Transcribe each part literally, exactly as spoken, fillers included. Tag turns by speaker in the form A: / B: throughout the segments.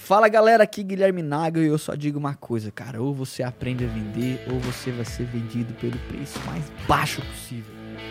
A: Fala galera, aqui Guilherme Nagel e eu só digo uma coisa, cara, ou você aprende a vender ou você vai ser vendido pelo preço mais baixo possível.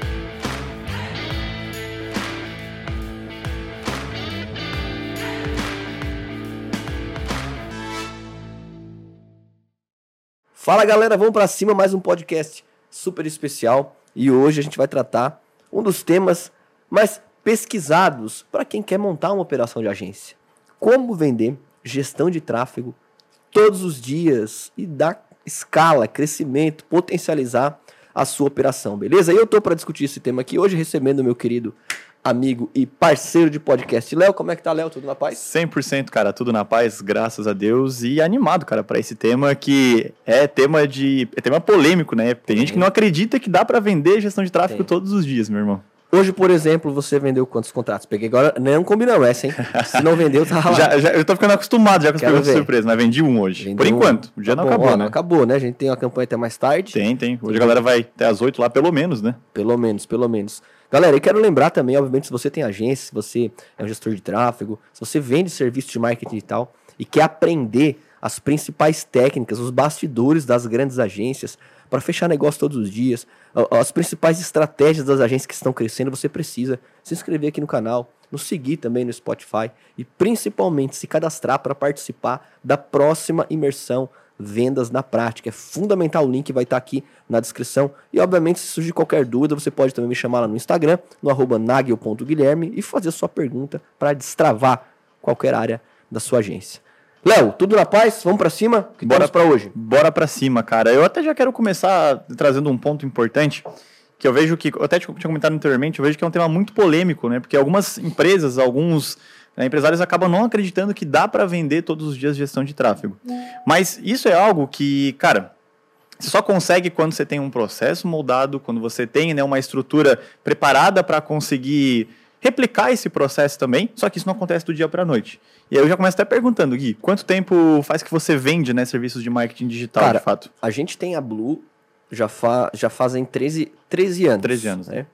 B: Fala galera, vamos pra cima, mais um podcast super especial e hoje a gente vai tratar um dos temas mais pesquisados para quem quer montar uma operação de agência. Como vender, gestão de tráfego todos os dias e dar escala, crescimento, potencializar a sua operação, beleza? E eu tô para discutir esse tema aqui hoje recebendo o meu querido amigo e parceiro de podcast, Léo. Como é que tá, Léo? Tudo na paz?
C: cem por cento, cara, tudo na paz, graças a Deus, e animado, cara, para esse tema que é tema de é tema polêmico, né? Tem gente que não acredita que dá para vender gestão de tráfego Tem. todos os dias, meu irmão.
B: Hoje, por exemplo, você vendeu quantos contratos? Peguei agora, não combinamos essa, hein? Se não vendeu, tá lá.
C: já, já, eu tô ficando acostumado já com as Quero perguntas de surpresa, mas vendi um hoje. Vendi por enquanto, um. o dia tá não bom. acabou, Ó, né?
B: Não acabou, né? A gente tem uma campanha até mais tarde.
C: Tem, tem. Hoje a galera vai até às oito lá, pelo menos, né?
B: Pelo menos, pelo menos. Galera, eu quero lembrar também, obviamente, se você tem agência, se você é um gestor de tráfego, se você vende serviço de marketing digital e quer aprender as principais técnicas, os bastidores das grandes agências para fechar negócio todos os dias, as principais estratégias das agências que estão crescendo, você precisa se inscrever aqui no canal, nos seguir também no Spotify e principalmente se cadastrar para participar da próxima imersão Vendas na Prática. É fundamental, o link vai estar aqui na descrição. E obviamente, se surgir qualquer dúvida, você pode também me chamar lá no Instagram, no arroba nagel ponto guilherme e fazer sua pergunta para destravar qualquer área da sua agência. Léo, tudo na paz? Vamos para cima? O que
C: bora
B: para hoje?
C: Bora para cima, cara. Eu até já quero começar trazendo um ponto importante, que eu vejo que, eu até tinha comentado anteriormente, eu vejo que é um tema muito polêmico, né? Porque algumas empresas, alguns né, empresários acabam não acreditando que dá para vender todos os dias gestão de tráfego. Mas isso é algo que, cara, você só consegue quando você tem um processo moldado, quando você tem, né, uma estrutura preparada para conseguir replicar esse processo também, só que isso não acontece do dia para a noite. E aí eu já começo até perguntando, Gui, quanto tempo faz que você vende, né, serviços de marketing digital,
B: Cara,
C: de fato?
B: A gente tem a Blue, já, fa, já fazem treze, treze anos.
C: treze anos.
B: Né?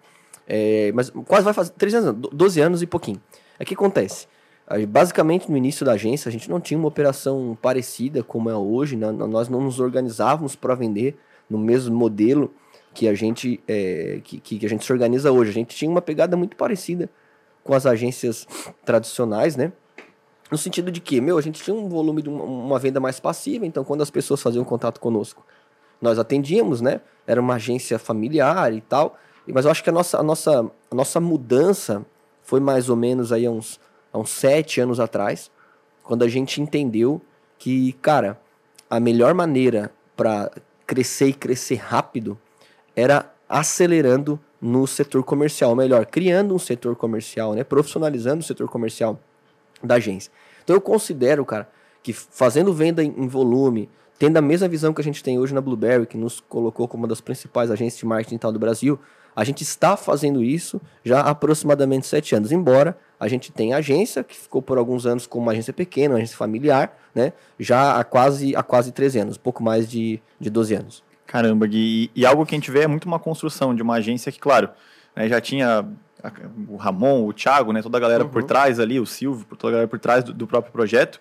B: É, mas quase vai fazer treze anos, doze anos e pouquinho. É que acontece, basicamente no início da agência a gente não tinha uma operação parecida como é hoje, né? Nós não nos organizávamos para vender no mesmo modelo que a gente é, que, que a gente se organiza hoje. A gente tinha uma pegada muito parecida com as agências tradicionais, né? No sentido de que, meu, a gente tinha um volume de uma, uma venda mais passiva, então quando as pessoas faziam contato conosco, nós atendíamos, né? Era uma agência familiar e tal, mas eu acho que a nossa, a nossa, a nossa mudança foi mais ou menos aí há uns, há uns sete anos atrás, quando a gente entendeu que, cara, a melhor maneira para crescer e crescer rápido era acelerando no setor comercial, ou melhor, criando um setor comercial, né? Profissionalizando o setor comercial da agência. Então eu considero, cara, que fazendo venda em, em volume, tendo a mesma visão que a gente tem hoje na Blueberry, que nos colocou como uma das principais agências de marketing digital do Brasil, a gente está fazendo isso já há aproximadamente sete anos, embora a gente tenha agência, que ficou por alguns anos como uma agência pequena, uma agência familiar, né? Já há quase, há quase treze anos, pouco mais de, de doze anos.
C: Caramba, Gui, e, e algo que a gente vê é muito uma construção de uma agência que, claro, né, já tinha o Ramon, o Thiago, né, toda a galera uhum. por trás ali, o Silvio, toda a galera por trás do, do próprio projeto,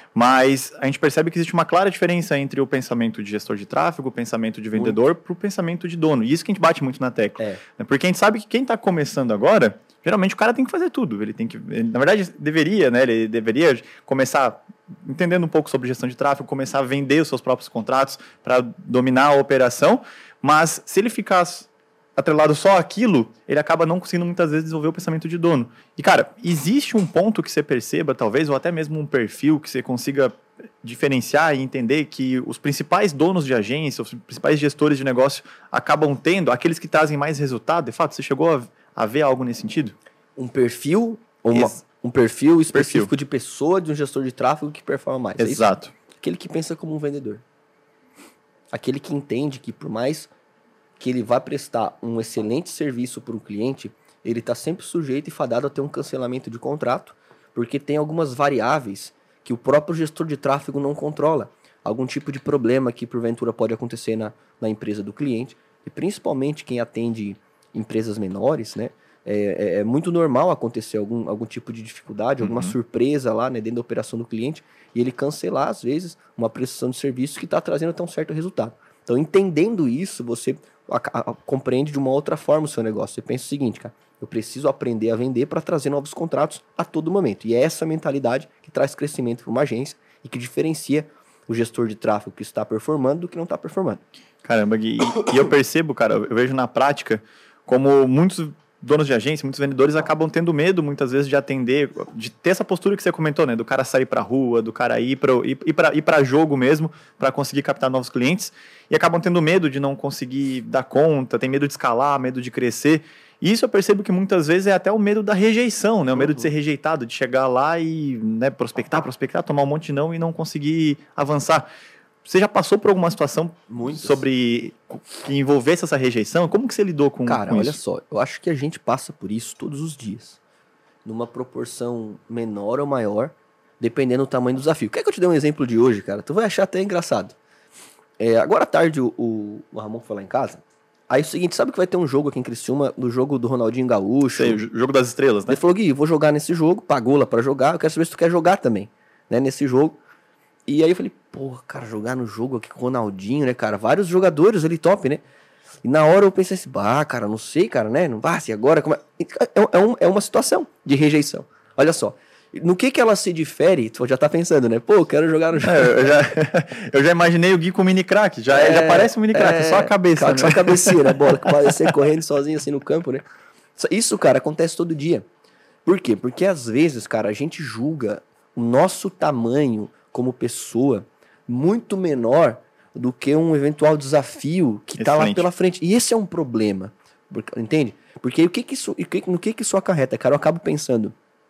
C: mas a gente percebe que existe uma clara diferença entre o pensamento de gestor de tráfego, o pensamento de vendedor, para o pensamento de dono, e isso que a gente bate muito na tecla,
B: é.
C: né, porque a gente sabe que quem está começando agora, geralmente o cara tem que fazer tudo, ele tem que, ele, na verdade deveria, né, ele deveria começar entendendo um pouco sobre gestão de tráfego, começar a vender os seus próprios contratos para dominar a operação, mas se ele ficar atrelado só àquilo, ele acaba não conseguindo muitas vezes desenvolver o pensamento de dono. E, cara, existe um ponto que você perceba, talvez, ou até mesmo um perfil que você consiga diferenciar e entender que os principais donos de agência, os principais gestores de negócio acabam tendo, aqueles que trazem mais resultado, de fato, você chegou a, a ver algo nesse sentido?
B: Um perfil, uma, um perfil específico perfil. de pessoa, de um gestor de tráfego que performa mais.
C: Exato.
B: É aquele que pensa como um vendedor. Aquele que entende que por mais que ele vai prestar um excelente serviço para o cliente, ele está sempre sujeito e fadado a ter um cancelamento de contrato, porque tem algumas variáveis que o próprio gestor de tráfego não controla. Algum tipo de problema que, porventura, pode acontecer na, na empresa do cliente, e principalmente quem atende empresas menores, né? É, é, é muito normal acontecer algum, algum tipo de dificuldade, alguma
C: Uhum.
B: surpresa lá, né, dentro da operação do cliente, e ele cancelar, às vezes, uma prestação de serviço que está trazendo até um certo resultado. Então, entendendo isso, você a, a, a, compreende de uma outra forma o seu negócio. Você pensa o seguinte, cara, eu preciso aprender a vender para trazer novos contratos a todo momento. E é essa mentalidade que traz crescimento para uma agência e que diferencia o gestor de tráfego que está performando do que não está performando.
C: Caramba, Gui, e, e eu percebo, cara, eu vejo na prática como muitos donos de agência, muitos vendedores acabam tendo medo, muitas vezes, de atender, de ter essa postura que você comentou, né? Do cara sair pra rua, do cara ir para ir, ir pra, ir pra jogo mesmo, para conseguir captar novos clientes, e acabam tendo medo de não conseguir dar conta, tem medo de escalar, medo de crescer. E isso eu percebo que muitas vezes é até o medo da rejeição, né? O medo uhum. de ser rejeitado, de chegar lá e, né, prospectar, prospectar, tomar um monte de não e não conseguir avançar. Você já passou por alguma situação Muitas. sobre que envolvesse essa rejeição? Como que você lidou com,
B: Cara,
C: com
B: olha
C: isso?
B: só, eu acho que a gente passa por isso todos os dias. Numa proporção menor ou maior, dependendo do tamanho do desafio. Quer que eu te dê um exemplo de hoje, cara? Tu vai achar até engraçado. É, agora à tarde o, o, o Ramon foi lá em casa. Aí é o seguinte, sabe que vai ter um jogo aqui em Criciúma, do jogo do Ronaldinho Gaúcho?
C: Sei, o jogo das estrelas, né?
B: Ele falou, Gui, vou jogar nesse jogo, pagou lá pra jogar, eu quero saber se tu quer jogar também, né, nesse jogo. E aí eu falei, porra, cara, jogar no jogo aqui com o Ronaldinho, né, cara? Vários jogadores ali top, né? E na hora eu pensei assim, bah, cara, não sei, cara, né? Não vai, se agora... Como é? É, um, é uma situação de rejeição. Olha só, no que que ela se difere, tu já tá pensando, né? Pô, eu quero jogar no jogo.
C: É, eu, já, eu já imaginei o Gui com o mini crack, já, é, já parece um mini crack, é, só a cabeça,
B: né? Só a cabecinha, né? Bola, que pode ser correndo sozinho assim no campo, né? Isso, cara, acontece todo dia. Por quê? Porque às vezes, cara, a gente julga o nosso tamanho como pessoa muito menor do que um eventual desafio que está lá pela frente. E esse é um problema, entende? Porque o que que isso, no que que isso acarreta, cara? Eu acabo pensando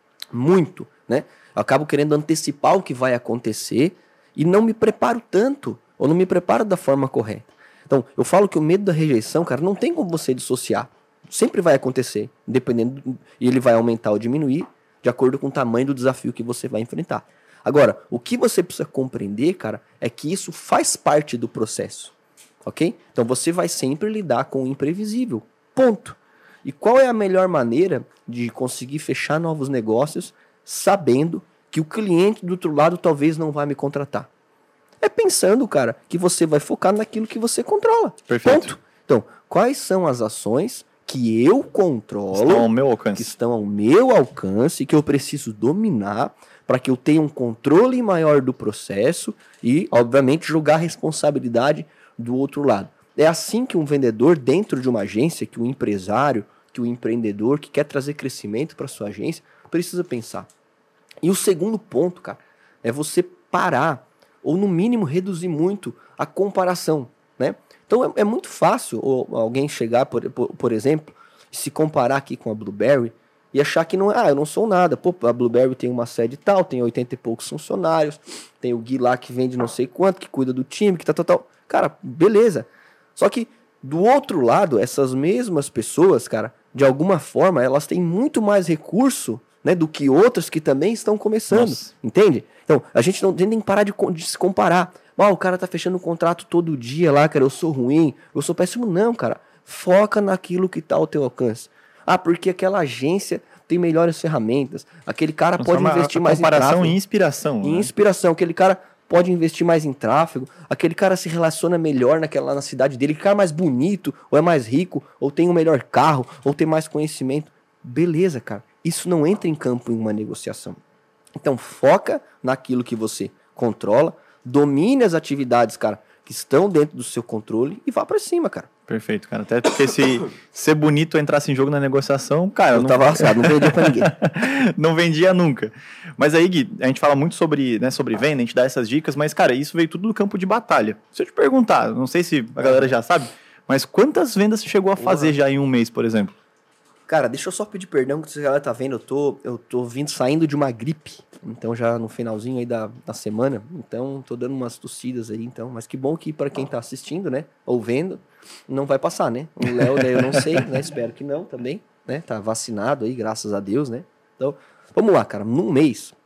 B: muito, né? Eu acabo querendo antecipar o que vai acontecer e não me preparo tanto, ou não me preparo da forma correta. Então, eu falo que o medo da rejeição, cara, não tem como você dissociar. Sempre vai acontecer, dependendo, do, e ele vai aumentar ou diminuir de acordo com o tamanho do desafio que você vai enfrentar. Agora, o que você precisa compreender, cara, é que isso faz parte do processo, ok? Então você vai sempre lidar com o imprevisível, ponto. E qual é a melhor maneira de conseguir fechar novos negócios sabendo que o cliente do outro lado talvez não vai me contratar? É pensando, cara, que você vai focar naquilo que você controla,
C: Perfeito.
B: Ponto. Então, quais são as ações que eu controlo,
C: estão ao meu alcance.
B: que estão ao meu alcance, que eu preciso dominar para que eu tenha um controle maior do processo e, obviamente, jogar a responsabilidade do outro lado. É assim que um vendedor dentro de uma agência, que um empresário, que um empreendedor que quer trazer crescimento para sua agência, precisa pensar. E o segundo ponto, cara, é você parar, ou no mínimo reduzir muito a comparação, né? Então é, é muito fácil ou, alguém chegar, por, por, por exemplo, e se comparar aqui com a Blueberry e achar que não, ah, eu não sou nada. Pô, a Blueberry tem uma sede tal, tem oitenta e poucos funcionários, tem o Gui lá que vende não sei quanto, que cuida do time, que tá tal, tal. Cara, beleza. Só que do outro lado, essas mesmas pessoas, cara, de alguma forma, elas têm muito mais recurso, né, do que outras que também estão começando. Nossa. Entende? Então, a gente não tem que parar de, de se comparar. Ah, o cara tá fechando um contrato todo dia lá, cara, eu sou ruim, eu sou péssimo. Não, cara. Foca naquilo que tá ao teu alcance. Ah, porque aquela agência tem melhores ferramentas. Aquele cara pode investir mais em tráfego.
C: Comparação e inspiração.
B: Em
C: né?
B: inspiração. Aquele cara pode investir mais em tráfego. Aquele cara se relaciona melhor naquela, na cidade dele. Aquele cara é mais bonito, ou é mais rico, ou tem um melhor carro, ou tem mais conhecimento. Beleza, cara. Isso não entra em campo em uma negociação. Então, foca naquilo que você controla. Domine as atividades, cara, que estão dentro do seu controle e vá pra cima, cara.
C: Perfeito, cara. Até porque se ser bonito entrasse em jogo na negociação, cara...
B: Eu não tava lascado, não vendia pra ninguém.
C: Não vendia nunca. Mas aí, Gui, a gente fala muito sobre, né, sobre venda, a gente dá essas dicas, mas, cara, isso veio tudo do campo de batalha. Se eu te perguntar, não sei se a galera já sabe, mas quantas vendas você chegou a fazer já em um mês, por exemplo?
B: Cara, deixa eu só pedir perdão, que você já tá vendo, eu tô, eu tô vindo, saindo de uma gripe, então já no finalzinho aí da, da semana, então tô dando umas tossidas aí, então, mas que bom que para quem tá assistindo, né, ou vendo, não vai passar, né, o Léo, né, eu não sei, né, espero que não também, né, tá vacinado aí, graças a Deus, né, então, vamos lá, cara, num mês,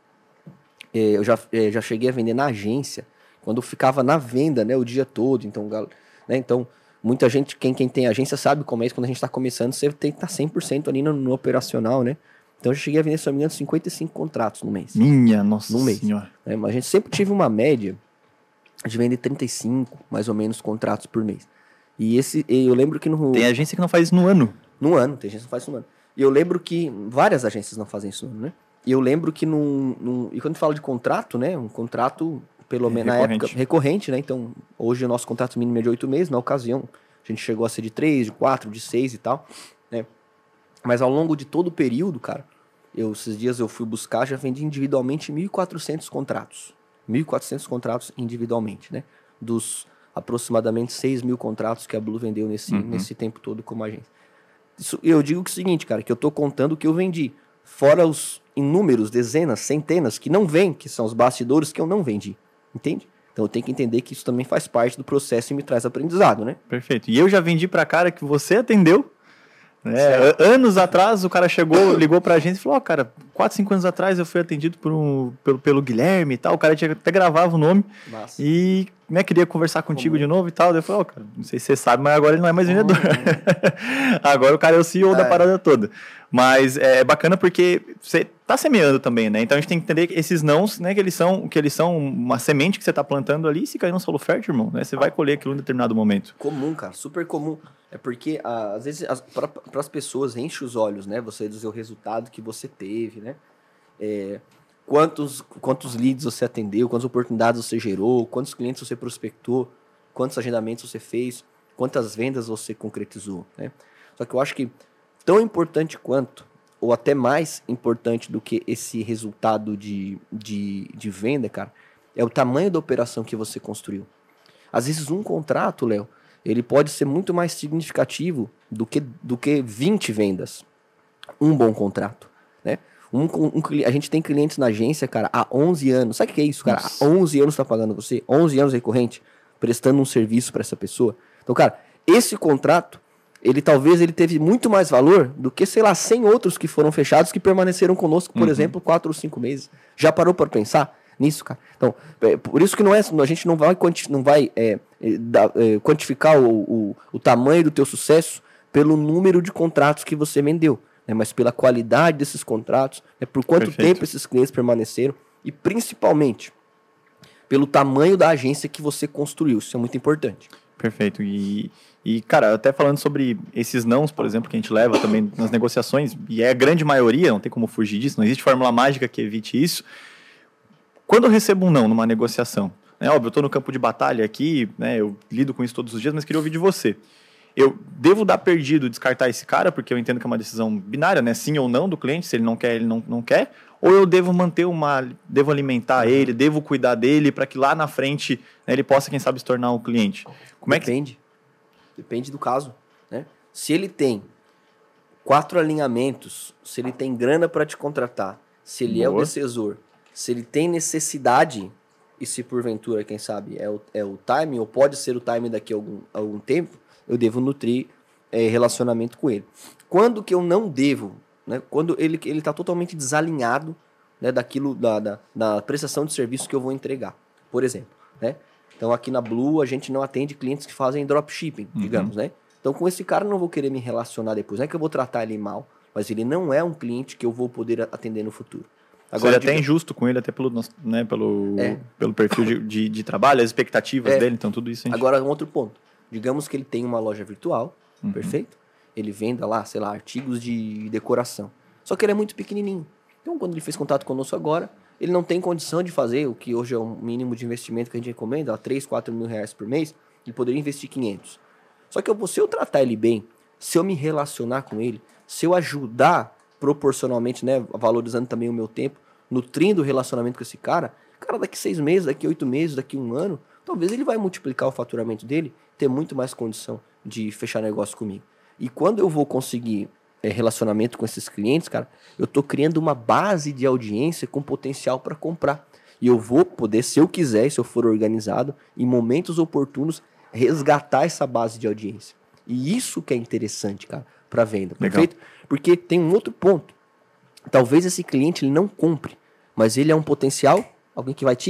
B: eh, eu já, eh, já cheguei a vender na agência, quando eu ficava na venda, né, o dia todo, então, né, então, Muita gente, quem, quem tem agência sabe como é isso, quando a gente está começando, você tem que estar cem por cento ali no, no operacional, né? Então eu já cheguei a vender, se não me engano, cinquenta e cinco contratos no mês.
C: Minha nossa
B: no mês,
C: senhora.
B: Né? Mas a gente sempre tive uma média de vender trinta e cinco, mais ou menos, contratos por mês. E esse, eu lembro que no...
C: Tem agência que não faz isso no ano.
B: No ano, tem agência que não faz isso no ano. E eu lembro que várias agências não fazem isso no ano, né? E eu lembro que num... num e quando a gente fala de contrato, né? Um contrato, pelo
C: É,
B: menos na
C: recorrente.
B: época, recorrente, né? Então, hoje o nosso contrato mínimo é de oito meses, na ocasião a gente chegou a ser de três, de quatro, de seis e tal, né? Mas ao longo de todo o período, cara, eu, esses dias eu fui buscar, já vendi individualmente mil e quatrocentos contratos. mil e quatrocentos contratos individualmente, né? Dos aproximadamente seis mil contratos que a Blue vendeu nesse,
C: Uhum.
B: nesse tempo todo como agência. Isso, eu digo que é o seguinte, cara, que eu tô contando o que eu vendi. Fora os inúmeros, dezenas, centenas, que não vêm, que são os bastidores que eu não vendi. Entende? Então eu tenho que entender que isso também faz parte do processo e me traz aprendizado, né?
C: Perfeito. E eu já vendi pra cara que você atendeu. Né? Anos atrás, o cara chegou, ligou pra agência e falou: ó, oh, cara, quatro, cinco anos atrás eu fui atendido por um, pelo, pelo Guilherme e tal. O cara tinha, até gravava o nome.
B: Massa.
C: E né, queria conversar contigo
B: Como?
C: de novo e tal. Daí eu falei: ó, oh, cara, não sei se você sabe, mas agora ele não é mais vendedor.
B: Uhum.
C: Agora o cara é o C E O
B: É.
C: da parada toda. Mas é bacana porque você tá semeando também, né? Então a gente tem que entender que esses nãos, né, que eles são, que eles são uma semente que você tá plantando ali, e se cair num solo fértil, irmão, né? Você vai colher aquilo em determinado momento.
B: Comum, cara, super comum. É porque, ah, às vezes, para as pessoas enche os olhos, né? Você dizer o resultado que você teve, né? É, quantos, quantos leads você atendeu, quantas oportunidades você gerou, quantos clientes você prospectou, quantos agendamentos você fez, quantas vendas você concretizou, né? Só que eu acho que tão importante quanto, ou até mais importante do que esse resultado de, de, de venda, cara, é o tamanho da operação que você construiu. Às vezes um contrato, Léo, ele pode ser muito mais significativo do que, do que vinte vendas. Um bom contrato, né? Um, um, um, a gente tem clientes na agência, cara, há onze anos. Sabe o que é isso, cara?
C: Nossa.
B: Há onze anos tá pagando você, onze anos recorrente, prestando um serviço para essa pessoa. Então, cara, esse contrato, ele talvez ele teve muito mais valor do que, sei lá, cem outros que foram fechados que permaneceram conosco, por
C: Uhum.
B: exemplo, quatro ou cinco meses. Já parou para pensar nisso, cara? Então, é, por isso que não é, a gente não vai, quanti, não vai é, é, da, é, quantificar o, o, o tamanho do teu sucesso pelo número de contratos que você vendeu, né? Mas pela qualidade desses contratos, né? Por quanto
C: Perfeito.
B: tempo esses clientes permaneceram e, principalmente, pelo tamanho da agência que você construiu. Isso é muito importante.
C: Perfeito. E, e, cara, até falando sobre esses nãos, por exemplo, que a gente leva também nas negociações, e é a grande maioria, não tem como fugir disso, não existe fórmula mágica que evite isso. Quando eu recebo um não numa negociação, né, óbvio, eu estou no campo de batalha aqui, né, eu lido com isso todos os dias, mas queria ouvir de você. Eu devo dar perdido, descartar esse cara, porque eu entendo que é uma decisão binária, né, sim ou não do cliente, se ele não quer, ele não, não quer, ou eu devo manter uma, devo alimentar ele, devo cuidar dele, para que lá na frente, né, ele possa, quem sabe, se tornar um cliente. Como é que...
B: Depende. Depende do caso, né? Se ele tem quatro alinhamentos, se ele tem grana para te contratar, se ele é o
C: Boa.
B: decisor, se ele tem necessidade, e se porventura, quem sabe, é o, é o timing, ou pode ser o timing daqui a algum, algum tempo, eu devo nutrir é, relacionamento com ele. Quando que eu não devo, né? Quando ele ele está totalmente desalinhado, né, daquilo, da, da, da prestação de serviço que eu vou entregar, por exemplo, né? Então aqui na Blue a gente não atende clientes que fazem dropshipping,
C: Uhum.
B: digamos, né? Então com esse cara eu não vou querer me relacionar depois, não é que eu vou tratar ele mal, mas ele não é um cliente que eu vou poder atender no futuro.
C: Agora, seria
B: diga-
C: até injusto com ele, até pelo, nosso- né, pelo,
B: É.
C: pelo perfil de, de, de trabalho, as expectativas
B: É.
C: dele, então tudo isso a gente...
B: Agora, um outro ponto. Digamos que ele tem uma loja virtual,
C: Uhum.
B: perfeito? Ele venda lá, sei lá, artigos de decoração. Só que ele é muito pequenininho. Então, quando ele fez contato conosco agora, ele não tem condição de fazer o que hoje é o mínimo de investimento que a gente recomenda, três, quatro mil reais por mês, ele poderia investir quinhentos. Só que eu, se eu tratar ele bem, se eu me relacionar com ele, se eu ajudar proporcionalmente, né, valorizando também o meu tempo, nutrindo o relacionamento com esse cara, cara, daqui seis meses, daqui oito meses, daqui um ano, talvez ele vai multiplicar o faturamento dele, ter muito mais condição de fechar negócio comigo. E quando eu vou conseguir é, relacionamento com esses clientes, cara, eu tô criando uma base de audiência com potencial para comprar. E eu vou poder, se eu quiser, e se eu for organizado, em momentos oportunos, resgatar essa base de audiência. E isso que é interessante, cara, para venda,
C: Legal.
B: perfeito? Porque tem um outro ponto. Talvez esse cliente ele não compre, mas ele é um potencial, alguém que vai te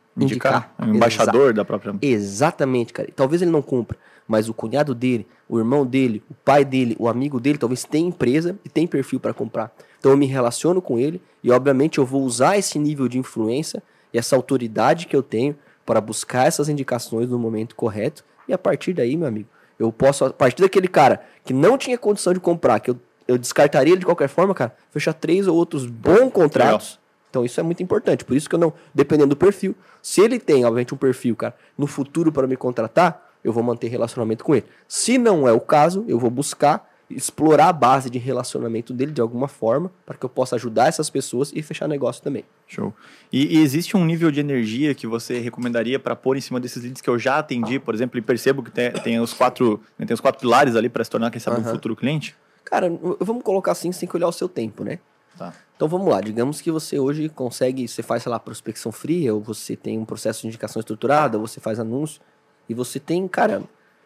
C: Indicar.
B: indicar.
C: Um embaixador da própria...
B: Exatamente, cara. Talvez ele não cumpra, mas o cunhado dele, o irmão dele, o pai dele, o amigo dele, talvez tenha empresa e tenha perfil para comprar. Então eu me relaciono com ele e, obviamente, eu vou usar esse nível de influência e essa autoridade que eu tenho para buscar essas indicações no momento correto. E a partir daí, meu amigo, eu posso, a partir daquele cara que não tinha condição de comprar, que eu, eu descartaria ele de qualquer forma, cara, fechar três ou outros bons contratos. Legal. Então isso é muito importante. Por isso que eu não, dependendo do perfil, se ele tem, obviamente, um perfil, cara, no futuro para me contratar, eu vou manter relacionamento com ele. Se não é o caso, eu vou buscar explorar a base de relacionamento dele de alguma forma, para que eu possa ajudar essas pessoas e fechar negócio também.
C: Show. E, e existe um nível de energia que você recomendaria para pôr em cima desses leads que eu já atendi, por exemplo, e percebo que tem, tem, os, quatro, tem os quatro pilares ali para se tornar, quem sabe, uhum. um futuro cliente?
B: Cara, vamos colocar assim, sem que olhar o seu tempo, né?
C: Tá.
B: Então vamos lá, digamos que você hoje consegue, você faz, sei lá, prospecção fria, ou você tem um processo de indicação estruturada, ou você faz anúncio, e você tem, cara,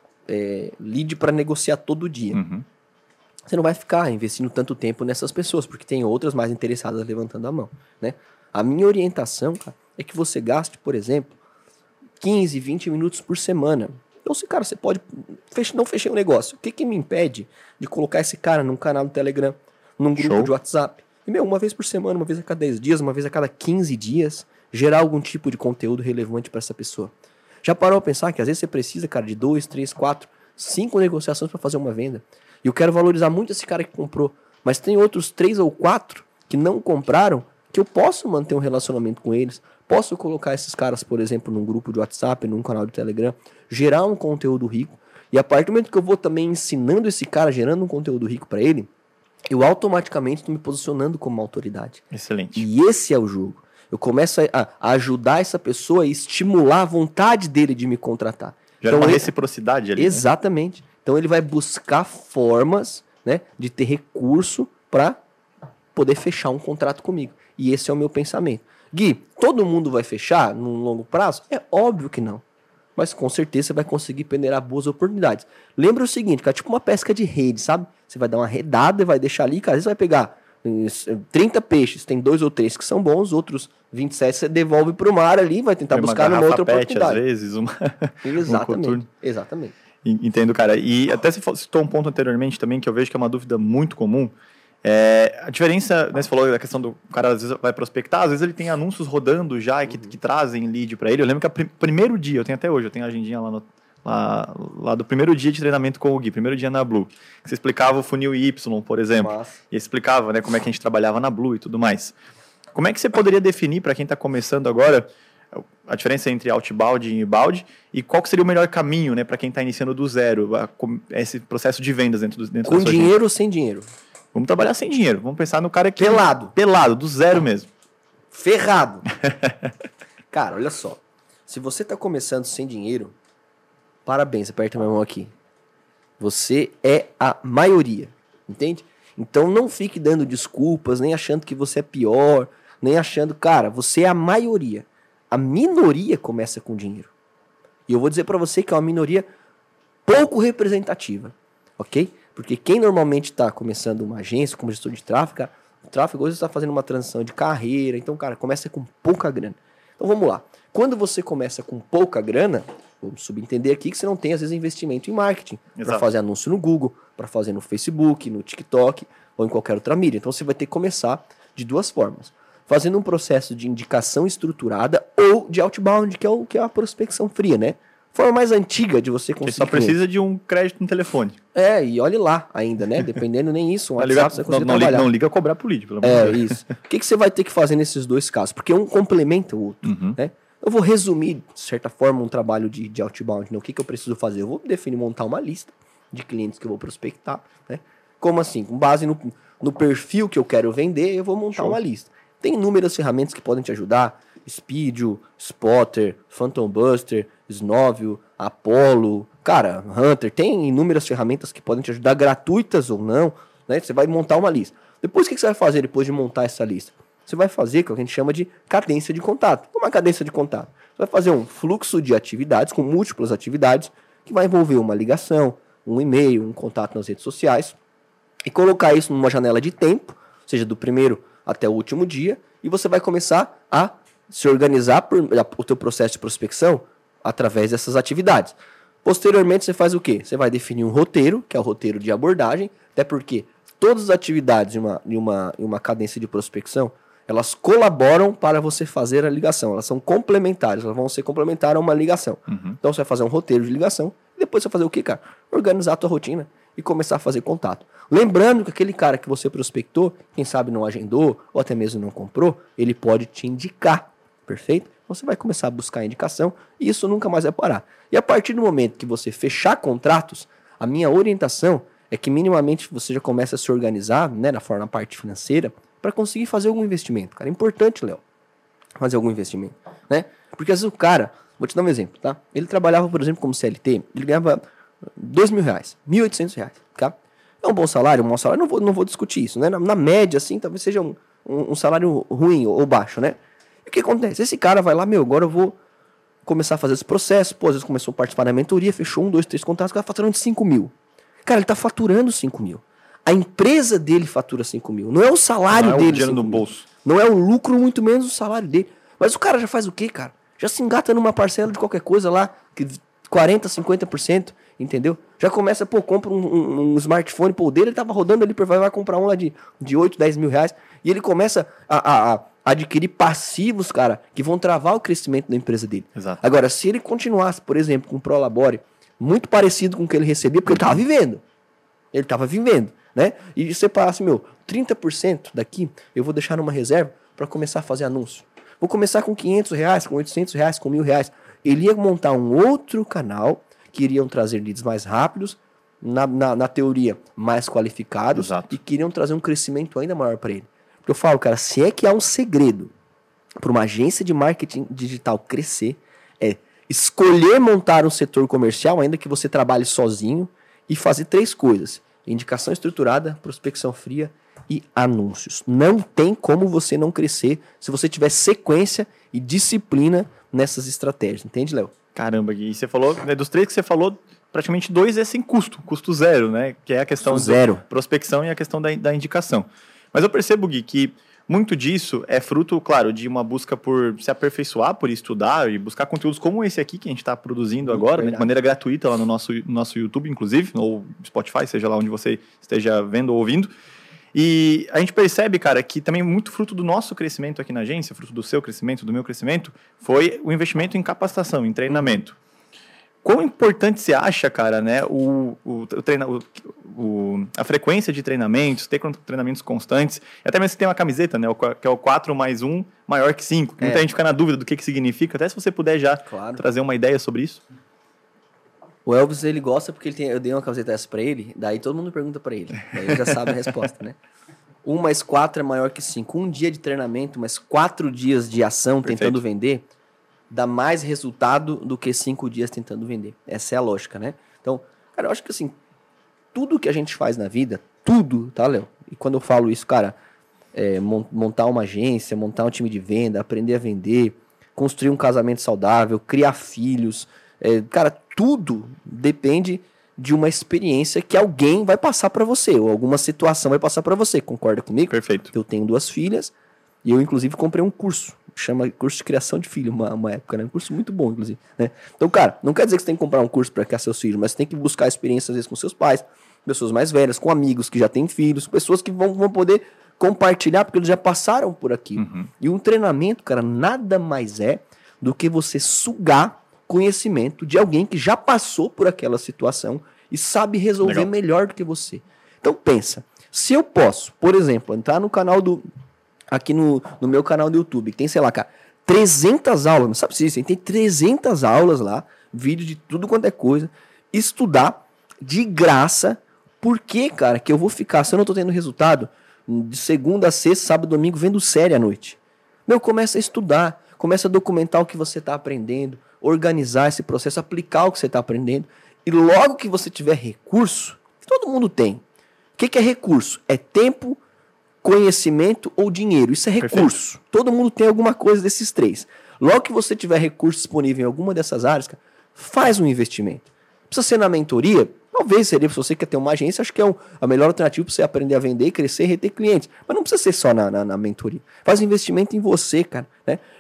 B: é, lead para negociar todo dia.
C: Uhum.
B: Você não vai ficar investindo tanto tempo nessas pessoas, porque tem outras mais interessadas levantando a mão, né? A minha orientação, cara, é que você gaste, por exemplo, quinze, vinte minutos por semana. Então, se, cara, você pode... Feche, não fechei um negócio. O que que me impede de colocar esse cara num canal do Telegram, num grupo
C: Show.
B: de WhatsApp? E, meu, uma vez por semana, uma vez a cada dez dias, uma vez a cada quinze dias, gerar algum tipo de conteúdo relevante para essa pessoa. Já parou a pensar que às vezes você precisa, cara, de dois, três, quatro, cinco negociações para fazer uma venda? E eu quero valorizar muito esse cara que comprou, mas tem outros três ou quatro que não compraram, que eu posso manter um relacionamento com eles, posso colocar esses caras, por exemplo, num grupo de WhatsApp, num canal de Telegram, gerar um conteúdo rico, e a partir do momento que eu vou também ensinando esse cara, gerando um conteúdo rico para ele, eu automaticamente estou me posicionando como uma autoridade.
C: Excelente.
B: E esse é o jogo. Eu começo a, a ajudar essa pessoa e estimular a vontade dele de me contratar.
C: Gera
B: então,
C: uma
B: ele...
C: reciprocidade ali.
B: Exatamente. Né? Então ele vai buscar formas, né, de ter recurso para poder fechar um contrato comigo. E esse é o meu pensamento. Gui, todo mundo vai fechar num longo prazo? É óbvio que não. Mas com certeza você vai conseguir peneirar boas oportunidades. Lembra o seguinte, cara, tipo uma pesca de rede, sabe? Você vai dar uma redada e vai deixar ali, cara, às vezes vai pegar trinta peixes, tem dois ou três que são bons, outros vinte e sete você devolve para o mar ali, vai tentar buscar numa outra
C: pet,
B: oportunidade.
C: Às vezes, uma...
B: Exatamente,
C: um
B: exatamente.
C: Entendo, cara. E até você citou um ponto anteriormente também que eu vejo que é uma dúvida muito comum. É, a diferença, né, você falou da questão do cara às vezes vai prospectar, às vezes ele tem anúncios rodando já e que, uhum. que trazem lead para ele. Eu lembro que o pr- primeiro dia, eu tenho até hoje, eu tenho a agendinha lá, no, lá, lá do primeiro dia de treinamento com o Gui, primeiro dia na Blue, que você explicava o funil Y, por exemplo, Nossa. E explicava, né, como é que a gente trabalhava na Blue e tudo mais. Como é que você poderia definir para quem está começando agora a diferença entre outbound e inbound e qual que seria o melhor caminho, né, para quem está iniciando do zero, a, a, esse processo de vendas dentro, do, dentro
B: com
C: da sua
B: dinheiro
C: gente?
B: ou sem dinheiro?
C: Vamos trabalhar sem dinheiro. Vamos pensar no cara que...
B: Pelado.
C: Pelado, do zero mesmo.
B: Ferrado. Cara, olha só. Se você tá começando sem dinheiro, parabéns, aperta minha mão aqui. Você é a maioria, entende? Então não fique dando desculpas, nem achando que você é pior, nem achando... Cara, você é a maioria. A minoria começa com dinheiro. E eu vou dizer pra você que é uma minoria pouco representativa, ok? Porque quem normalmente está começando uma agência como gestor de tráfego, cara, o tráfego hoje está fazendo uma transição de carreira, então, cara, começa com pouca grana. Então, vamos lá. Quando você começa com pouca grana, vamos subentender aqui que você não tem, às vezes, investimento em marketing para fazer anúncio no Google, para fazer no Facebook, no TikTok ou em qualquer outra mídia. Então, você vai ter que começar de duas formas. Fazendo um processo de indicação estruturada ou de outbound, que é, o, que é a prospecção fria, né? Forma mais antiga de você conseguir.
C: Você só precisa cliente. De um crédito no telefone.
B: É, e olhe lá ainda, né? Dependendo nem isso, um WhatsApp
C: liga,
B: você vai conseguir
C: não,
B: trabalhar.
C: Não liga a cobrar por lead, pelo amor
B: É,
C: de Deus.
B: isso. O que, que você vai ter que fazer nesses dois casos? Porque um complementa o outro,
C: uhum.
B: né? Eu vou resumir, de certa forma, um trabalho de, de outbound. Né? O que, que eu preciso fazer? Eu vou definir, montar uma lista de clientes que eu vou prospectar, né? Como assim? Com base no, no perfil que eu quero vender, eu vou montar Show. Uma lista. Tem inúmeras ferramentas que podem te ajudar. Speedio, Spotter, Phantom Buster, Snovio, Apollo, cara, Hunter, tem inúmeras ferramentas que podem te ajudar, gratuitas ou não, né? Você vai montar uma lista. Depois, o que você vai fazer depois de montar essa lista? Você vai fazer o que a gente chama de cadência de contato. Uma cadência de contato. Você vai fazer um fluxo de atividades, com múltiplas atividades, que vai envolver uma ligação, um e-mail, um contato nas redes sociais, e colocar isso numa janela de tempo, seja do primeiro até o último dia, e você vai começar a se organizar por, o teu processo de prospecção através dessas atividades. Posteriormente, você faz o quê? Você vai definir um roteiro, que é o roteiro de abordagem, até porque todas as atividades em uma, em uma, em uma cadência de prospecção, elas colaboram para você fazer a ligação. Elas são complementares, elas vão ser complementares a uma ligação. Uhum. Então, você vai fazer um roteiro de ligação, e depois você vai fazer o quê, cara? Organizar a tua rotina e começar a fazer contato. Lembrando que aquele cara que você prospectou, quem sabe não agendou, ou até mesmo não comprou, ele pode te indicar, perfeito? Você vai começar a buscar a indicação e isso nunca mais vai parar. E a partir do momento que você fechar contratos, a minha orientação é que minimamente você já começa a se organizar, né, na forma, na parte financeira, para conseguir fazer algum investimento, cara. É importante, Léo, fazer algum investimento, né? Porque às vezes o cara, vou te dar um exemplo, tá? Ele trabalhava, por exemplo, como C L T, ele ganhava dois mil reais, mil e oitocentos reais, tá? É um bom salário, um mau salário, não vou, não vou discutir isso, né? Na, na média, assim, talvez seja um, um, um salário ruim ou, ou baixo, né? E o que acontece? Esse cara vai lá, meu, agora eu vou começar a fazer esse processo, pô, às vezes começou a participar da mentoria, fechou um, dois, três contratos, o cara faturando de cinco mil. Cara, ele tá faturando cinco mil. A empresa dele fatura cinco mil. Não é o salário
C: não é
B: dele.
C: O dinheiro no bolso.
B: Não é o lucro, muito menos o salário dele. Mas o cara já faz o quê, cara? Já se engata numa parcela de qualquer coisa lá, que quarenta, cinquenta por cento, entendeu? Já começa, pô, compra um, um, um smartphone, pô, o dele ele tava rodando ali, vai, vai comprar um lá de, de oito, dez mil reais, e ele começa a, a, a adquirir passivos, cara, que vão travar o crescimento da empresa dele.
C: Exato.
B: Agora, se ele continuasse, por exemplo, com o Prolabore, muito parecido com o que ele recebia, porque ele tava vivendo. Ele tava vivendo, né? E você parasse, meu, trinta por cento daqui, eu vou deixar numa reserva para começar a fazer anúncio. Vou começar com quinhentos reais, com oitocentos reais, com mil reais. Ele ia montar um outro canal que iriam trazer leads mais rápidos, na, na, na teoria mais qualificados. Exato. E que iriam trazer um crescimento ainda maior para ele. Porque eu falo, cara, se é que há um segredo para uma agência de marketing digital crescer, é escolher montar um setor comercial, ainda que você trabalhe sozinho, e fazer três coisas: indicação estruturada, prospecção fria e anúncios. Não tem como você não crescer se você tiver sequência e disciplina nessas estratégias. Entende, Léo?
C: Caramba, Gui. E você falou, né, dos três que você falou, praticamente dois é sem custo, custo zero, né? Que é a questão da prospecção e a questão da, da indicação. Mas eu percebo, Gui, que muito disso é fruto, claro, de uma busca por se aperfeiçoar, por estudar e buscar conteúdos como esse aqui que a gente está produzindo muito agora, né, de maneira gratuita lá no nosso, no nosso YouTube, inclusive, ou Spotify, seja lá onde você esteja vendo ou ouvindo. E a gente percebe, cara, que também muito fruto do nosso crescimento aqui na agência, fruto do seu crescimento, do meu crescimento, foi o investimento em capacitação, em treinamento. Quão importante você acha, cara, né, o, o, o, treina, o, o, a frequência de treinamentos, ter treinamentos constantes, e até mesmo se tem uma camiseta, né, que é o quatro mais um maior que cinco, que é. Muita gente fica na dúvida do que, que significa, até se você puder já claro. trazer uma ideia sobre isso.
B: O Elvis, ele gosta porque ele tem, eu dei uma camiseta dessa pra ele, daí todo mundo pergunta pra ele, daí ele já sabe a resposta, né? um mais quatro é maior que cinco. Um dia de treinamento, mas quatro dias de ação Perfeito. Tentando vender, dá mais resultado do que cinco dias tentando vender. Essa é a lógica, né? Então, cara, eu acho que assim, tudo que a gente faz na vida, tudo, tá, Léo? E quando eu falo isso, cara, é, montar uma agência, montar um time de venda, aprender a vender, construir um casamento saudável, criar filhos, é, cara, tudo depende de uma experiência que alguém vai passar pra você, ou alguma situação vai passar pra você. Concorda comigo?
C: Perfeito.
B: Eu tenho duas filhas e eu, inclusive, comprei um curso. Chama curso de criação de filho, uma, uma época, né? Um curso muito bom, inclusive, né? Então, cara, não quer dizer que você tem que comprar um curso para criar seus filhos, mas você tem que buscar experiência, às vezes, com seus pais, pessoas mais velhas, com amigos que já têm filhos, pessoas que vão, vão poder compartilhar, porque eles já passaram por aquilo. Uhum. E um treinamento, cara, nada mais é do que você sugar conhecimento de alguém que já passou por aquela situação e sabe resolver Legal. Melhor do que você. Então, pensa, se eu posso, por exemplo, entrar no canal do... aqui no, no meu canal do YouTube, que tem, sei lá, cara, trezentas aulas, não sabe se isso, tem trezentas aulas lá, vídeo de tudo quanto é coisa, estudar de graça. Por que, cara, que eu vou ficar, se eu não tô tendo resultado, de segunda a sexta, sábado, domingo, vendo série à noite? Meu, começa a estudar, começa a documentar o que você tá aprendendo, organizar esse processo, aplicar o que você tá aprendendo, e logo que você tiver recurso, que todo mundo tem. O que, que é recurso? É tempo, conhecimento ou dinheiro. Isso é recurso. Perfeito. Todo mundo tem alguma coisa desses três. Logo que você tiver recurso disponível em alguma dessas áreas, cara, faz um investimento. Precisa ser na mentoria? Talvez seria, se você quer ter uma agência, acho que é um, a melhor alternativa para você aprender a vender, crescer e reter clientes. Mas não precisa ser só na, na, na mentoria. Faz um investimento em você, cara. Né?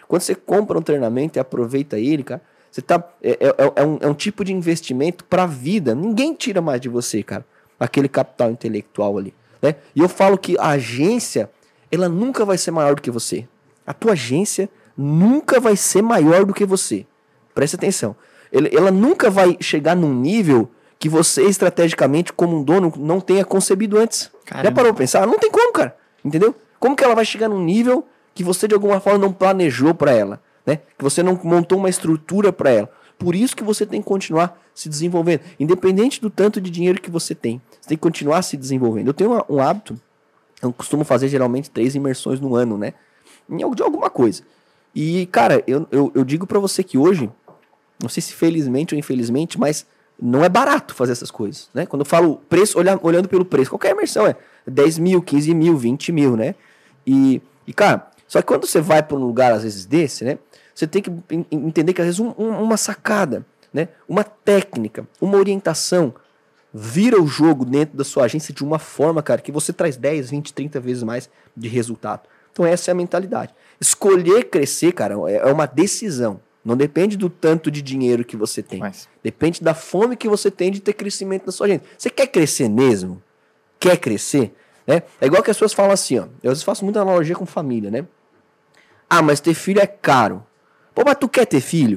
B: Quando você compra um treinamento e aproveita ele, cara, você tá, é, é, é, um, é um tipo de investimento para a vida. Ninguém tira mais de você, cara, aquele capital intelectual ali, né? E eu falo que a agência, ela nunca vai ser maior do que você. A tua agência nunca vai ser maior do que você. Presta atenção. Ela nunca vai chegar num nível que você, estrategicamente, como um dono, não tenha concebido antes. Caramba. Já parou pra pensar? Não tem como, cara. Entendeu? Como que ela vai chegar num nível que você, de alguma forma, não planejou pra ela, né? Que você não montou uma estrutura pra ela. Por isso que você tem que continuar se desenvolvendo. Independente do tanto de dinheiro que você tem. Você tem que continuar se desenvolvendo. Eu tenho uma, um hábito, eu costumo fazer, geralmente, três imersões no ano, né? De alguma coisa. E, cara, eu, eu, eu digo pra você que hoje... Não sei se felizmente ou infelizmente, mas não é barato fazer essas coisas, né? Quando eu falo preço, olha, olhando pelo preço, qualquer imersão é dez mil, quinze mil, vinte mil, né? E, e cara, só que quando você vai para um lugar, às vezes, desse, né? Você tem que entender que, às vezes, um, um, uma sacada, né? Uma técnica, uma orientação vira o jogo dentro da sua agência de uma forma, cara, que você traz dez, vinte, trinta vezes mais de resultado. Então essa é a mentalidade. Escolher crescer, cara, é uma decisão. Não depende do tanto de dinheiro que você tem. Mas... Depende da fome que você tem de ter crescimento na sua agência. Você quer crescer mesmo? Quer crescer? Né? É igual que as pessoas falam assim, ó. Eu às vezes faço muita analogia com família, né? Ah, mas ter filho é caro. Pô, mas tu quer ter filho?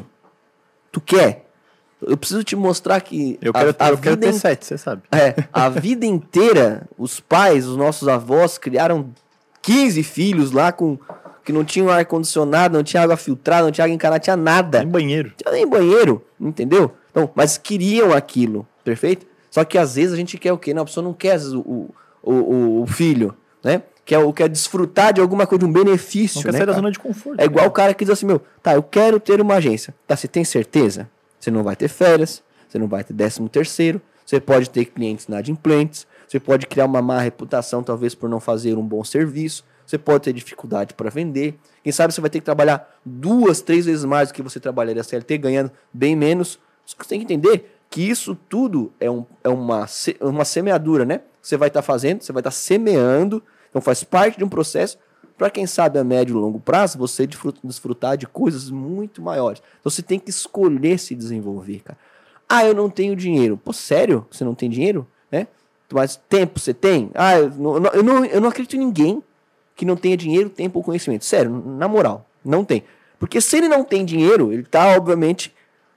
B: Tu quer? Eu preciso te mostrar que...
C: Eu quero,
B: a, a
C: eu quero ter
B: in...
C: sete, você sabe.
B: É, a vida inteira, os pais, os nossos avós criaram quinze filhos lá com... que não tinha ar-condicionado, não tinha água filtrada, não tinha água encanada, tinha nada.
C: Nem banheiro.
B: Tinha nem banheiro, entendeu? Então, mas queriam aquilo, perfeito? Só que às vezes a gente quer o quê? Não, a pessoa não quer o, o, o, o filho, né? Quer, quer desfrutar de alguma coisa, de um benefício,
C: não quer
B: né,
C: sair da
B: cara?
C: zona de conforto.
B: É igual
C: cara.
B: o cara que diz assim, meu, tá, eu quero ter uma agência. Tá, você tem certeza? Você não vai ter férias, você não vai ter décimo terceiro, você pode ter clientes inadimplentes, você pode criar uma má reputação, talvez por não fazer um bom serviço, você pode ter dificuldade para vender. Quem sabe você vai ter que trabalhar duas, três vezes mais do que você trabalharia C L T, ganhando bem menos. Você tem que entender que isso tudo é, um, é uma, uma semeadura, né? Você vai estar tá fazendo, você vai estar tá semeando, então faz parte de um processo para quem sabe a médio e longo prazo você desfrutar de coisas muito maiores. Então você tem que escolher se desenvolver, cara. Ah, eu não tenho dinheiro. Pô, sério? Você não tem dinheiro? Né? Mas tempo você tem? Ah, eu não, eu não, eu não acredito em ninguém que não tenha dinheiro, tempo ou conhecimento. Sério, na moral, não tem. Porque se ele não tem dinheiro, ele está, obviamente,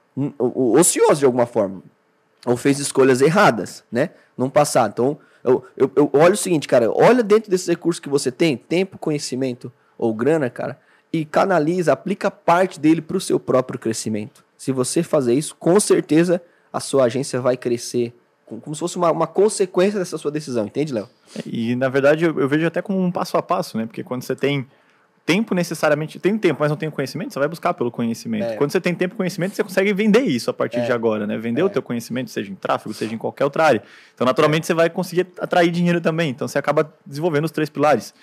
B: ocioso de alguma forma. Ou fez escolhas erradas, né? No passado. Então, eu, eu, eu olho o seguinte, cara, olha dentro desses recursos que você tem, tempo, conhecimento ou grana, cara, e canaliza, aplica parte dele para o seu próprio crescimento. Se você fazer isso, com certeza a sua agência vai crescer, como se fosse uma, uma consequência dessa sua decisão, entende, Léo?
C: E, na verdade, eu, eu vejo até como um passo a passo, né? Porque quando você tem tempo necessariamente... Tem tempo, mas não tem conhecimento, você vai buscar pelo conhecimento. É. Quando você tem tempo e conhecimento, você consegue vender isso a partir é. de agora, né? Vender é. o teu conhecimento, seja em tráfego, seja em qualquer outra área. Então, naturalmente, é. você vai conseguir atrair dinheiro também. Então, você acaba desenvolvendo os três pilares.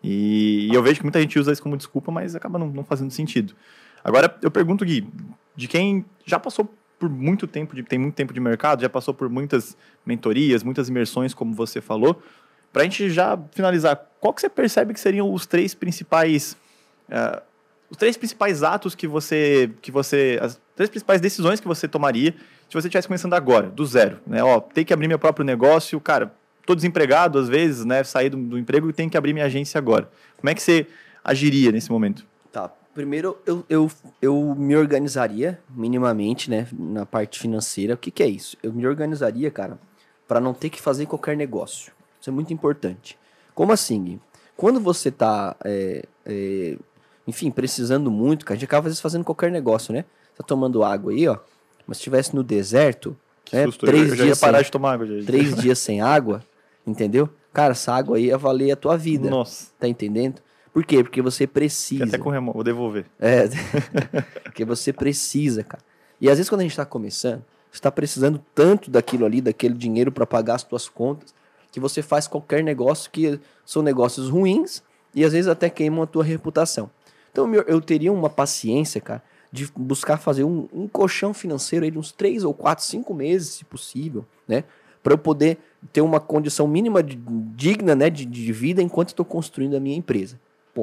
C: E, e eu vejo que muita gente usa isso como desculpa, mas acaba não, não fazendo sentido. Agora, eu pergunto, Gui, de quem já passou por muito tempo, de, tem muito tempo de mercado, já passou por muitas mentorias, muitas imersões, como você falou, para a gente já finalizar, qual que você percebe que seriam os três principais, uh, os três principais atos que você, que você, as três principais decisões que você tomaria se você estivesse começando agora, do zero, né? Ó, tem que abrir meu próprio negócio, cara, tô desempregado às vezes, né? Saí do, do emprego e tenho que abrir minha agência agora. Como é que você agiria nesse momento?
B: Tá. Primeiro, eu, eu, eu me organizaria minimamente, né, na parte financeira. O que, que é isso? Eu me organizaria, cara, para não ter que fazer qualquer negócio. Isso é muito importante. Como assim, Gui? Quando você tá, é, é, enfim, precisando muito, cara, a gente acaba às vezes fazendo qualquer negócio, né? Tá tomando água aí, ó, mas se estivesse no deserto,
C: que
B: né,
C: susto,
B: três
C: eu já
B: dias
C: ia parar
B: sem,
C: de tomar água. Já.
B: Três dias sem água, entendeu? Cara, essa água aí ia valer a tua vida.
C: Nossa.
B: Tá entendendo? Por quê? Porque você precisa.
C: Até com remo... vou devolver.
B: É, porque você precisa, cara. E às vezes quando a gente tá começando, você tá precisando tanto daquilo ali, daquele dinheiro para pagar as tuas contas, que você faz qualquer negócio que são negócios ruins e às vezes até queimam a tua reputação. Então eu teria uma paciência, cara, de buscar fazer um, um colchão financeiro aí de uns três ou quatro, cinco meses, se possível, né? Para eu poder ter uma condição mínima de, digna, né, de, de vida enquanto estou construindo a minha empresa. Ponto.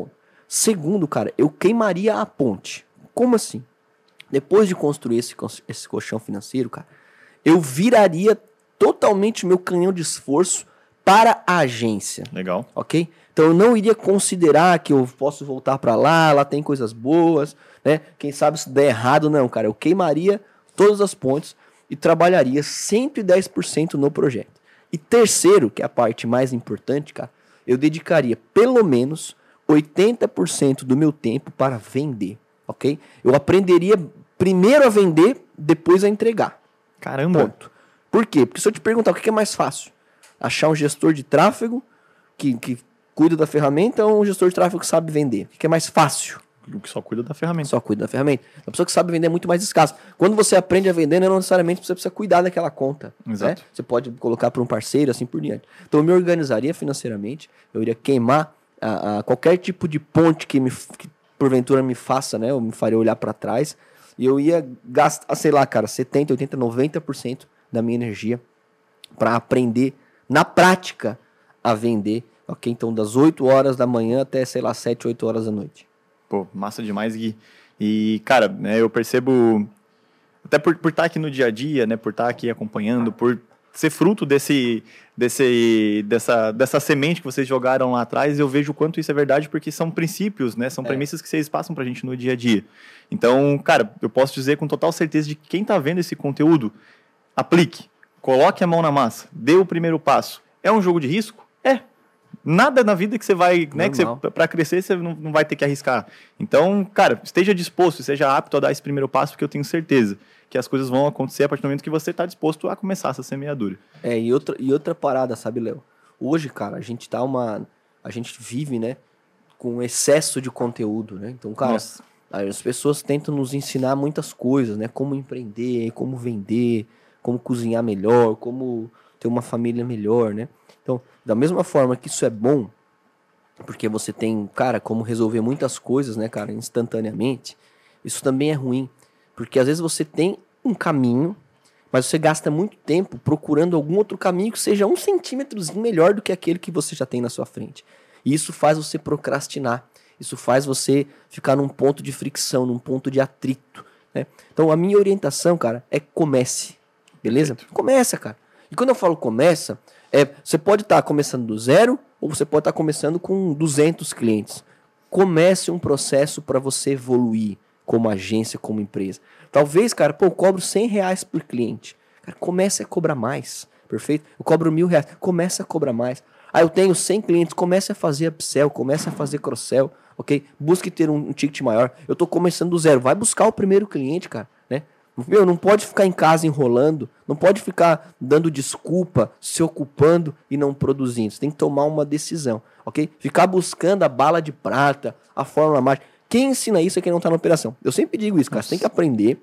B: Segundo, cara, eu queimaria a ponte. Como assim? Depois de construir esse, esse colchão financeiro, cara, eu viraria totalmente meu canhão de esforço para a agência.
C: Legal.
B: Ok? Então eu não iria considerar que eu posso voltar para lá, lá tem coisas boas, né? Quem sabe se der errado, não, cara. Eu queimaria todas as pontes e trabalharia cento e dez por cento no projeto. E terceiro, que é a parte mais importante, cara, eu dedicaria pelo menos oitenta por cento do meu tempo para vender, ok? Eu aprenderia primeiro a vender, depois a entregar.
C: Caramba!
B: Ponto. Por quê? Porque se eu te perguntar o que é mais fácil, achar um gestor de tráfego que, que cuida da ferramenta ou um gestor de tráfego que sabe vender? O que é mais fácil?
C: O que só cuida da ferramenta.
B: Só cuida da ferramenta. A pessoa que sabe vender é muito mais escassa. Quando você aprende a vender, não necessariamente você precisa cuidar daquela conta.
C: Exato.
B: Né? Você pode colocar para um parceiro, assim por diante. Então eu me organizaria financeiramente, eu iria queimar a, a qualquer tipo de ponte que, me, que porventura me faça, né? Eu me faria olhar para trás. E eu ia gastar, sei lá, cara, setenta, oitenta, noventa por cento da minha energia para aprender na prática a vender. Ok? Então das oito horas da manhã até, sei lá, sete, oito horas da noite.
C: Pô, massa demais, Gui. E, cara, né, eu percebo, até por, por estar aqui no dia a dia, né, por estar aqui acompanhando, por ser fruto desse, desse, dessa, dessa semente que vocês jogaram lá atrás, eu vejo o quanto isso é verdade, porque são princípios, né, são
B: é.
C: premissas que vocês passam pra gente no dia a dia. Então, cara, eu posso dizer com total certeza de que quem tá vendo esse conteúdo, aplique, coloque a mão na massa, dê o primeiro passo. É um jogo de risco? É. Nada na vida que você vai, né, que você, pra crescer, você não, não vai ter que arriscar. Então, cara, esteja disposto, seja apto a dar esse primeiro passo, porque eu tenho certeza que as coisas vão acontecer a partir do momento que você está disposto a começar essa semeadura.
B: É, e outra, e outra parada, sabe, Léo? Hoje, cara, a gente tá uma... A gente vive, né, com excesso de conteúdo, né? Então, cara, Nossa. as pessoas tentam nos ensinar muitas coisas, né? Como empreender, como vender, como cozinhar melhor, como ter uma família melhor, né? Então, da mesma forma que isso é bom, porque você tem, cara, como resolver muitas coisas, né, cara, instantaneamente, isso também é ruim. Porque às vezes você tem um caminho, mas você gasta muito tempo procurando algum outro caminho que seja um centímetrozinho melhor do que aquele que você já tem na sua frente. E isso faz você procrastinar. Isso faz você ficar num ponto de fricção, num ponto de atrito, né? Então, a minha orientação, cara, é comece. Beleza? Perfeito. Começa, cara. E quando eu falo começa... É, você pode estar tá começando do zero ou você pode estar tá começando com duzentos clientes. Comece um processo para você evoluir como agência, como empresa. Talvez, cara, pô, eu cobro cem reais por cliente. Cara, comece a cobrar mais, perfeito? Eu cobro mil reais, comece a cobrar mais. Ah, eu tenho cem clientes, comece a fazer upsell, comece a fazer cross-sell, ok? Busque ter um, um ticket maior. Eu tô começando do zero, vai buscar o primeiro cliente, cara, né? Meu, não pode ficar em casa enrolando, não pode ficar dando desculpa, se ocupando e não produzindo. Você tem que tomar uma decisão, ok? Ficar buscando a bala de prata, a fórmula mágica. Quem ensina isso é quem não está na operação. Eu sempre digo isso, cara. Nossa. Você tem que aprender.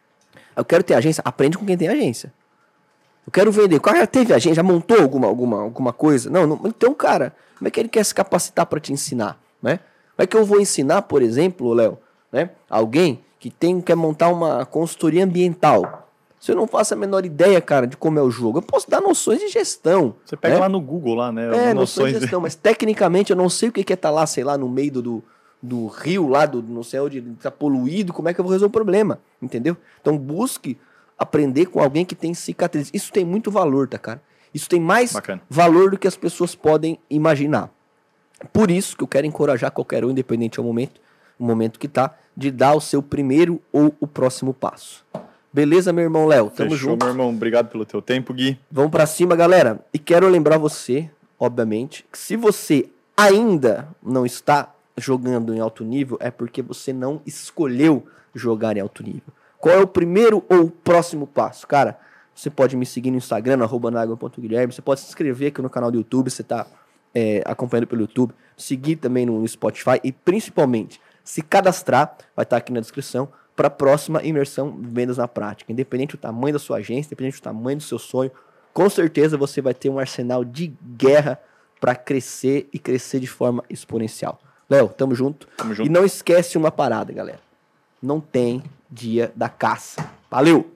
B: Eu quero ter agência, aprende com quem tem agência. Eu quero vender. O cara já teve agência, já montou alguma, alguma, alguma coisa? Não, não. Então, cara, como é que ele quer se capacitar para te ensinar, né? Como é que eu vou ensinar, por exemplo, Léo, né, alguém que tem, quer montar uma consultoria ambiental? Se eu não faço a menor ideia, cara, de como é o jogo, eu posso dar noções de gestão.
C: Você pega, né, lá no Google, lá, né?
B: É, noções de gestão, mas tecnicamente eu não sei o que é estar lá, sei lá, no meio do, do, do rio, lá, do, não sei onde, está poluído, como é que eu vou resolver o problema, entendeu? Então busque aprender com alguém que tem cicatriz. Isso tem muito valor, tá, cara? Isso tem mais Bacana. valor do que as pessoas podem imaginar. Por isso que eu quero encorajar qualquer um, independente do momento, o momento que tá, de dar o seu primeiro ou o próximo passo. Beleza, meu irmão Léo? Tamo
C: Fechou,
B: junto.
C: meu irmão. Obrigado pelo teu tempo, Gui.
B: Vamos pra cima, galera. E quero lembrar você, obviamente, que se você ainda não está jogando em alto nível, é porque você não escolheu jogar em alto nível. Qual é o primeiro ou o próximo passo? Cara, você pode me seguir no Instagram, no arroba nagua ponto guilherme. Você pode se inscrever aqui no canal do YouTube, você tá é, acompanhando pelo YouTube. Seguir também no Spotify e, principalmente, se cadastrar, vai estar aqui na descrição, para a próxima imersão Vendas na Prática. Independente do tamanho da sua agência, independente do tamanho do seu sonho, com certeza você vai ter um arsenal de guerra para crescer e crescer de forma exponencial. Léo, tamo junto.
C: Tamo junto.
B: E não esquece uma parada, galera. Não tem dia da caça. Valeu!